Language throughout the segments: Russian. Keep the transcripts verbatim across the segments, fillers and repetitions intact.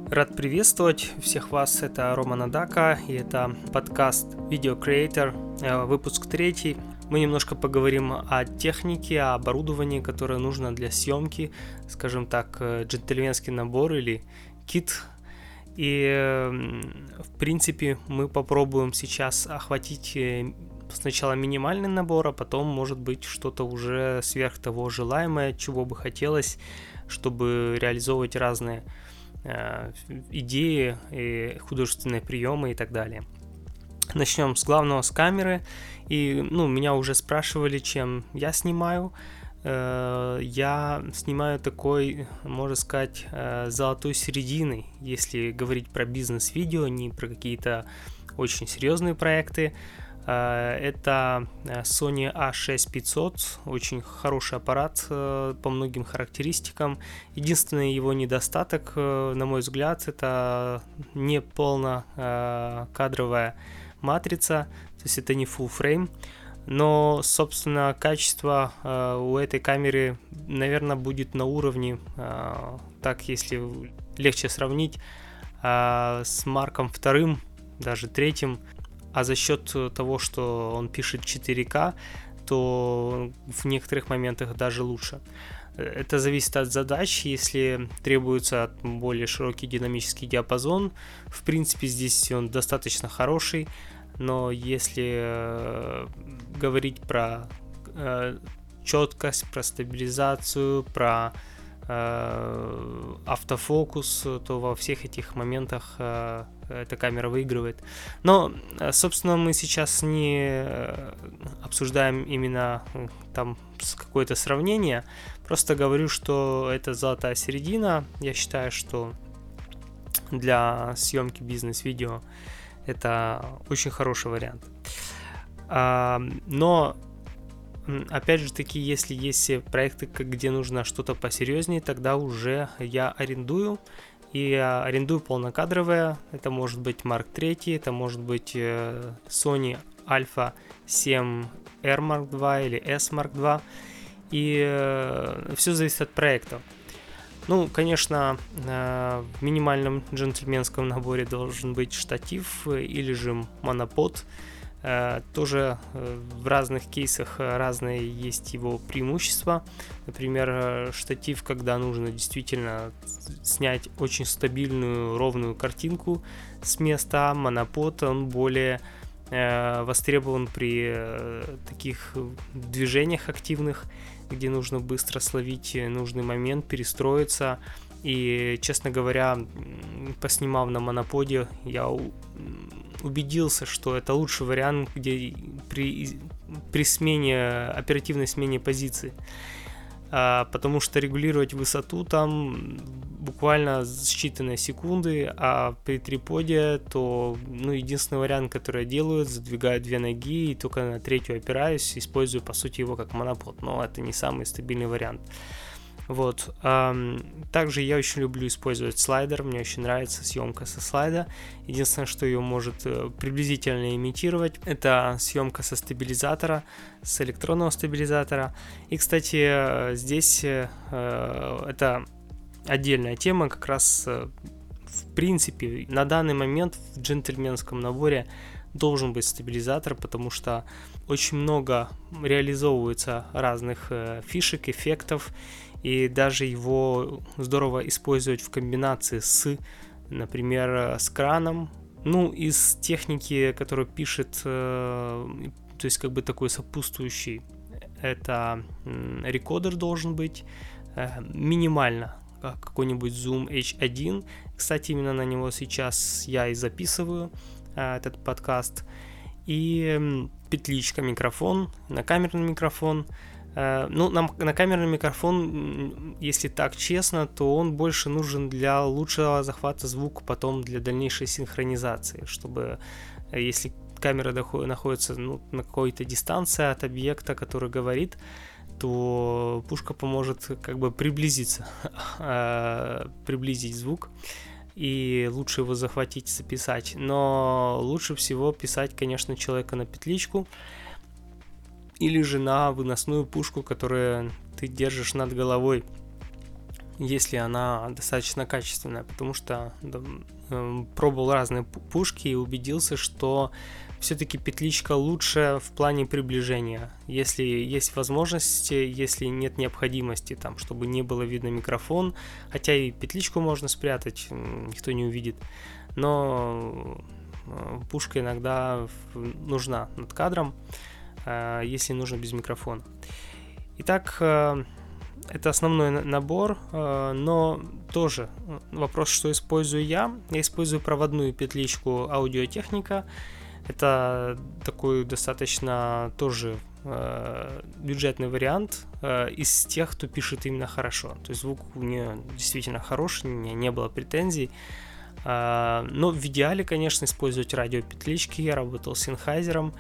Рад приветствовать всех вас, это Рома Надака, и это подкаст Video Creator, выпуск третий. Мы немножко поговорим о технике, о оборудовании, которое нужно для съемки, скажем так, джентльменский набор или кит. И, в принципе, мы попробуем сейчас охватить сначала минимальный набор, а потом, может быть, что-то уже сверх того желаемое, чего бы хотелось, чтобы реализовывать разные идеи, и художественные приемы и так далее. Начнем с главного, с камеры. И, ну, меня уже спрашивали, чем я снимаю. Я снимаю такой, можно сказать, золотой серединой, если говорить про бизнес-видео, не про какие-то очень серьезные проекты. Это Sony а шесть пятьсот, очень хороший аппарат по многим характеристикам. Единственный его недостаток, на мой взгляд, это не полнокадровая матрица, то есть это не full frame. Но, собственно, качество у этой камеры, наверное, будет на уровне, так если легче сравнить, с Марком вторым, даже третьим. А за счет того, что он пишет четыре ка, то в некоторых моментах даже лучше. Это зависит от задач. Если требуется более широкий динамический диапазон, в принципе, здесь он достаточно хороший. Но если говорить про четкость, про стабилизацию, про автофокус, то во всех этих моментах эта камера выигрывает. Но, собственно, мы сейчас не обсуждаем именно там какое-то сравнение. Просто говорю, что это золотая середина. Я считаю, что для съемки бизнес-видео это очень хороший вариант. Но опять же таки, если есть проекты, где нужно что-то посерьезнее, тогда уже я арендую. И арендую полнокадровое. Это может быть Марк три, это может быть Sony Alpha семь эр Марк два или S Марк два. И все зависит от проекта. Ну, конечно, в минимальном джентльменском наборе должен быть штатив или же монопод. Тоже в разных кейсах разные есть его преимущества. Например, штатив, когда нужно действительно снять очень стабильную ровную картинку с места. Монопод, он более востребован при таких движениях активных, где нужно быстро словить нужный момент, перестроиться. И, честно говоря, поснимав на моноподе, я убедился, что это лучший вариант, где при, при смене, оперативной смене позиции. А, потому что регулировать высоту там буквально считанные секунды, а при триподе то ну, единственный вариант, который я делаю, задвигаю две ноги и только на третью опираюсь, использую по сути его как монопод, но это не самый стабильный вариант. Вот. Также я очень люблю использовать слайдер, мне очень нравится съемка со слайда. Единственное, что ее может приблизительно имитировать, это съемка со стабилизатора, с электронного стабилизатора. И, кстати, здесь это отдельная тема, как раз в принципе на данный момент в джентльменском наборе должен быть стабилизатор, потому что очень много реализовывается разных фишек, эффектов, и даже его здорово использовать в комбинации с, например, с краном. Ну, из техники, которую пишет, то есть как бы такой сопутствующий, это рекордер должен быть, минимально какой-нибудь Zoom эйч один. Кстати, именно на него сейчас я и записываю этот подкаст. И петличка, микрофон, накамерный микрофон. Ну, на, на камерный микрофон, если так честно, то он больше нужен для лучшего захвата звука, потом для дальнейшей синхронизации, чтобы, если камера доход, находится ну, на какой-то дистанции от объекта, который говорит, то пушка поможет как бы приблизиться, приблизить звук и лучше его захватить, записать. Но лучше всего писать, конечно, человека на петличку, или же на выносную пушку, которую ты держишь над головой. если она достаточно качественная, потому что да, пробовал разные пушки и убедился, что все-таки петличка лучше в плане приближения. Если есть возможность, если нет необходимости, там, чтобы не было видно микрофон, хотя и петличку можно спрятать, никто не увидит, но пушка иногда нужна над кадром, если нужно без микрофона. Итак, это основной набор, но тоже вопрос, что использую я. Я использую проводную петличку Audio-Technica. Это такой достаточно тоже э, бюджетный вариант э, из тех, кто пишет именно хорошо. То есть звук у нее действительно хороший, у меня не было претензий. Э, но в идеале, конечно, использовать радиопетлички. Я работал с Sennheiser.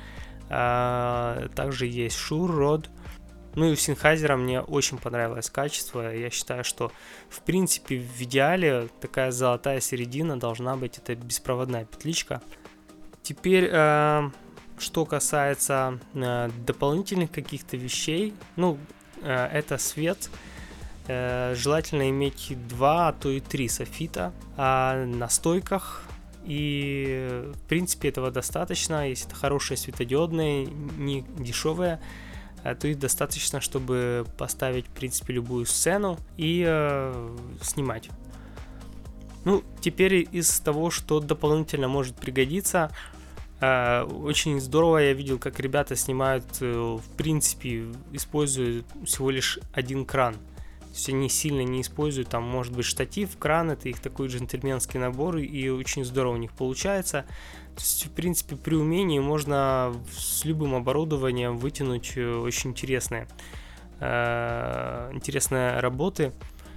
Э, также есть Shure, Rode. Ну и у Sennheiser мне очень понравилось качество. Я считаю, что в принципе в идеале такая золотая середина должна быть. Это беспроводная петличка. Теперь, э, что касается э, дополнительных каких-то вещей, ну, э, это свет. Э, желательно иметь два, а то и три софита э, на стойках. И, в принципе, этого достаточно. Если это хорошие светодиодные, не дешевые, э, то их достаточно, чтобы поставить, в принципе, любую сцену и э, снимать. Ну, теперь из того, что дополнительно может пригодиться, э, очень здорово я видел, как ребята снимают, э, в принципе, используя всего лишь один кран. То есть они сильно не используют, там, может быть, штатив, кран, это их такой джентльменский набор, и очень здорово у них получается. То есть, в принципе, при умении можно с любым оборудованием вытянуть очень интересные, э, интересные работы.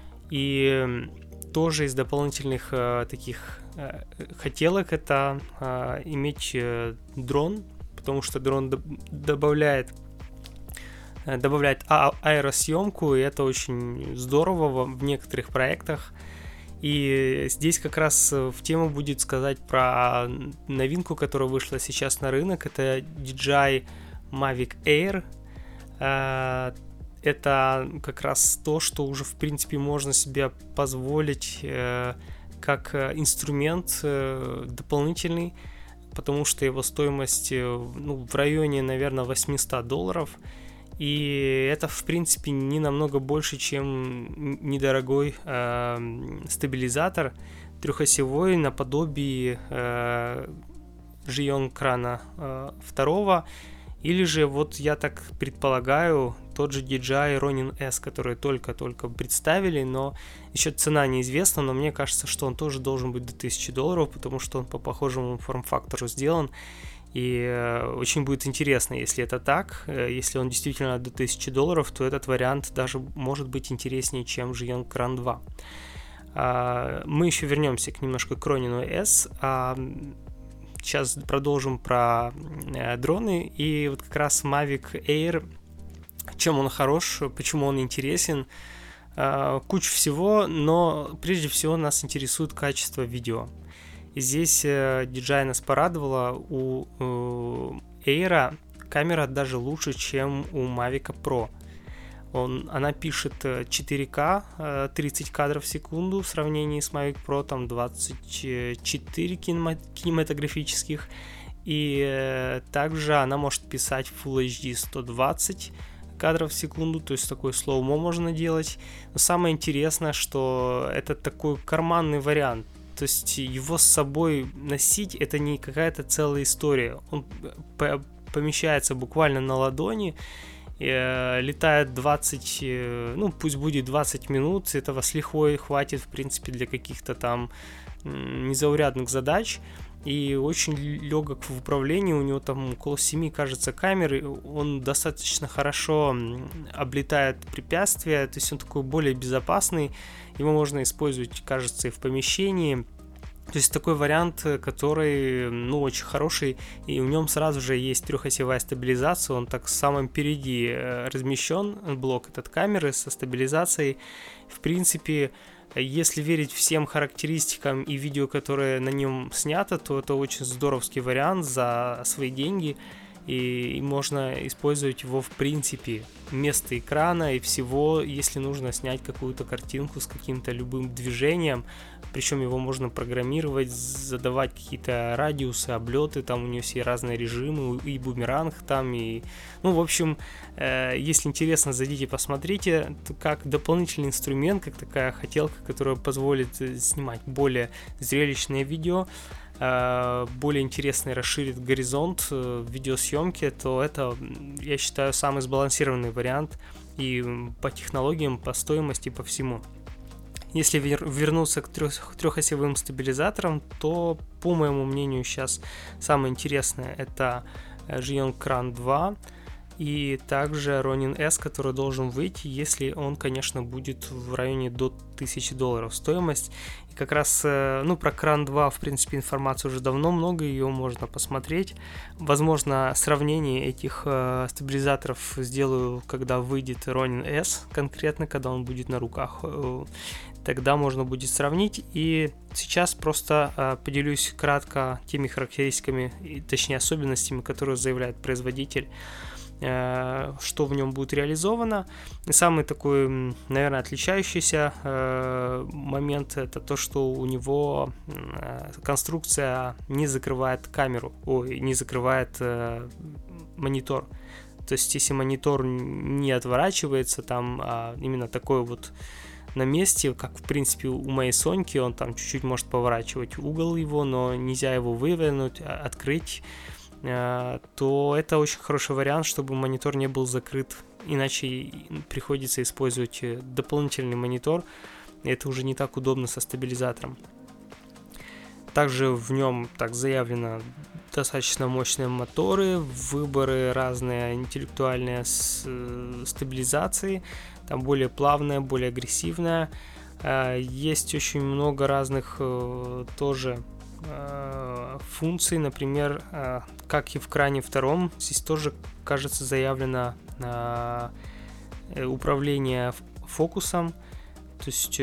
И тоже из дополнительных э, таких э, хотелок это э, иметь э, дрон, потому что дрон д- добавляет, э, добавляет а- аэросъемку, и это очень здорово в, в некоторых проектах. И здесь как раз в тему будет сказать про новинку, которая вышла сейчас на рынок. Это ди джей ай Mavic Air. Э, Это как раз то, что уже, в принципе, можно себе позволить э, как инструмент э, дополнительный, потому что его стоимость э, ну, в районе, наверное, восемьсот долларов. И это, в принципе, не намного больше, чем недорогой э, стабилизатор трехосевой наподобие э, Zhiyong крана э, второго. Или же, вот я так предполагаю, тот же ди джей ай Ronin S, который только-только представили, но еще цена неизвестна, но мне кажется, что он тоже должен быть до тысячи долларов, потому что он по похожему форм-фактору сделан. И э, очень будет интересно, если это так, э, если он действительно до тысячи долларов, то этот вариант даже может быть интереснее, чем Zhiyong кран два. А, мы еще вернемся к немножко к Ronin S, а сейчас продолжим про э, дроны. И вот как раз Mavic Air, чем он хорош, почему он интересен, э, куча всего, но прежде всего нас интересует качество видео. И здесь э, ди джей ай нас порадовала, у э, Air камера даже лучше, чем у Mavic Pro. Он, она пишет четыре ка, тридцать кадров в секунду в сравнении с Mavic Pro, там двадцать четыре кинематографических. И э, также она может писать Full эйч ди сто двадцать кадров в секунду, то есть такое слоумо можно делать. Но самое интересное, что это такой карманный вариант. То есть его с собой носить — это не какая-то целая история. Он помещается буквально на ладони, летает двадцать, ну пусть будет двадцать минут, этого с лихвой хватит, в принципе, для каких-то там незаурядных задач. И очень легок в управлении, у него там около семи, кажется, камер, он достаточно хорошо облетает препятствия, то есть он такой более безопасный, его можно использовать, кажется, и в помещении. То есть такой вариант, который, ну, очень хороший, и в нем сразу же есть трехосевая стабилизация, он так в самом впереди размещен, блок этот камеры со стабилизацией. В принципе, если верить всем характеристикам и видео, которое на нем снято, то это очень здоровский вариант за свои деньги. и можно использовать его в принципе вместо экрана и всего, если нужно снять какую-то картинку с каким-то любым движением, причем его можно программировать, задавать какие-то радиусы, облеты, там у него все разные режимы, и бумеранг там, и, ну, в общем, э, если интересно, зайдите, посмотрите, как дополнительный инструмент, как такая хотелка, которая позволит снимать более зрелищные видео, более интересный, расширит горизонт видеосъемки, то это, я считаю, самый сбалансированный вариант и по технологиям, по стоимости, по всему. Если вер- вернуться к трех- трехосевым стабилизаторам, то, по моему мнению, сейчас самое интересное это Zhiyong Crane два и также Ronin S, который должен выйти, если он, конечно, будет в районе до тысячи долларов стоимость. И как раз, ну, про Crane два, в принципе, информации уже давно много, ее можно посмотреть. Возможно, сравнение этих э, стабилизаторов сделаю, когда выйдет Ronin S, конкретно, когда он будет на руках. Тогда можно будет сравнить. И сейчас просто э, поделюсь кратко теми характеристиками, точнее особенностями, которые заявляет производитель, что в нем будет реализовано. И самый такой, наверное, отличающийся э, момент это то, что у него э, конструкция не закрывает камеру, ой, не закрывает э, монитор. То есть, если монитор не отворачивается, там а именно такой вот на месте, как в принципе у моей Соньки, он там чуть-чуть может поворачивать угол его, но нельзя его вывернуть, открыть, то это очень хороший вариант, чтобы монитор не был закрыт, иначе приходится использовать дополнительный монитор, и это уже не так удобно со стабилизатором. Также в нем так заявлено достаточно мощные моторы, выборы разные интеллектуальные с стабилизации, там более плавная, более агрессивная. Есть очень много разных тоже функций, например, как и в кране втором, здесь тоже, кажется, заявлено управление фокусом, то есть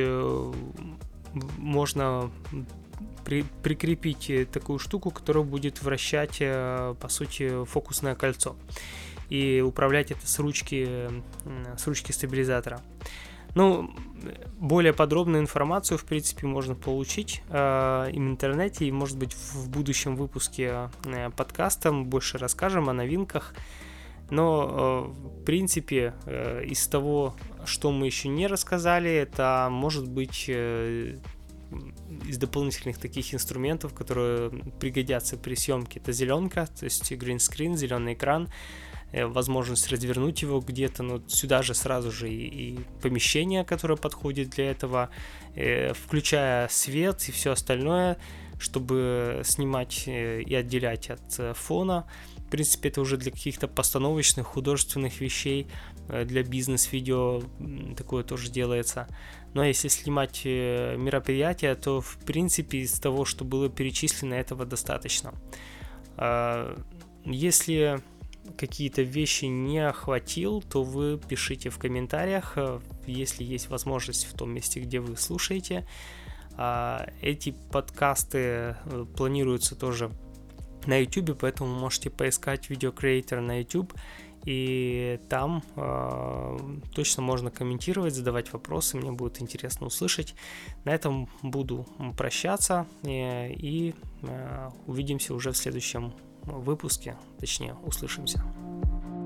можно при, прикрепить такую штуку, которая будет вращать, по сути, фокусное кольцо и управлять это с ручки, с ручки стабилизатора. Ну, более подробную информацию, в принципе, можно получить э, и в интернете, и, может быть, в будущем выпуске э, подкаста мы больше расскажем о новинках. Но, э, в принципе, э, из того, что мы еще не рассказали, это может быть э, из дополнительных таких инструментов, которые пригодятся при съемке. Это зеленка, то есть green screen, зеленый экран, возможность развернуть его где-то, но сюда же сразу же и, и помещение, которое подходит для этого, э, включая свет и все остальное, чтобы снимать э, и отделять от э, фона. В принципе, это уже для каких-то постановочных, художественных вещей, э, для бизнес-видео такое тоже делается. Но если снимать э, мероприятия, то, в принципе, из того, что было перечислено, этого достаточно. Э, если какие-то вещи не охватил, то вы пишите в комментариях, если есть возможность в том месте, где вы слушаете. Эти подкасты планируются тоже на YouTube, поэтому можете поискать Video Creator на YouTube, и там точно можно комментировать, задавать вопросы, мне будет интересно услышать. На этом буду прощаться, и, и увидимся уже в следующем выпуске, точнее, услышимся.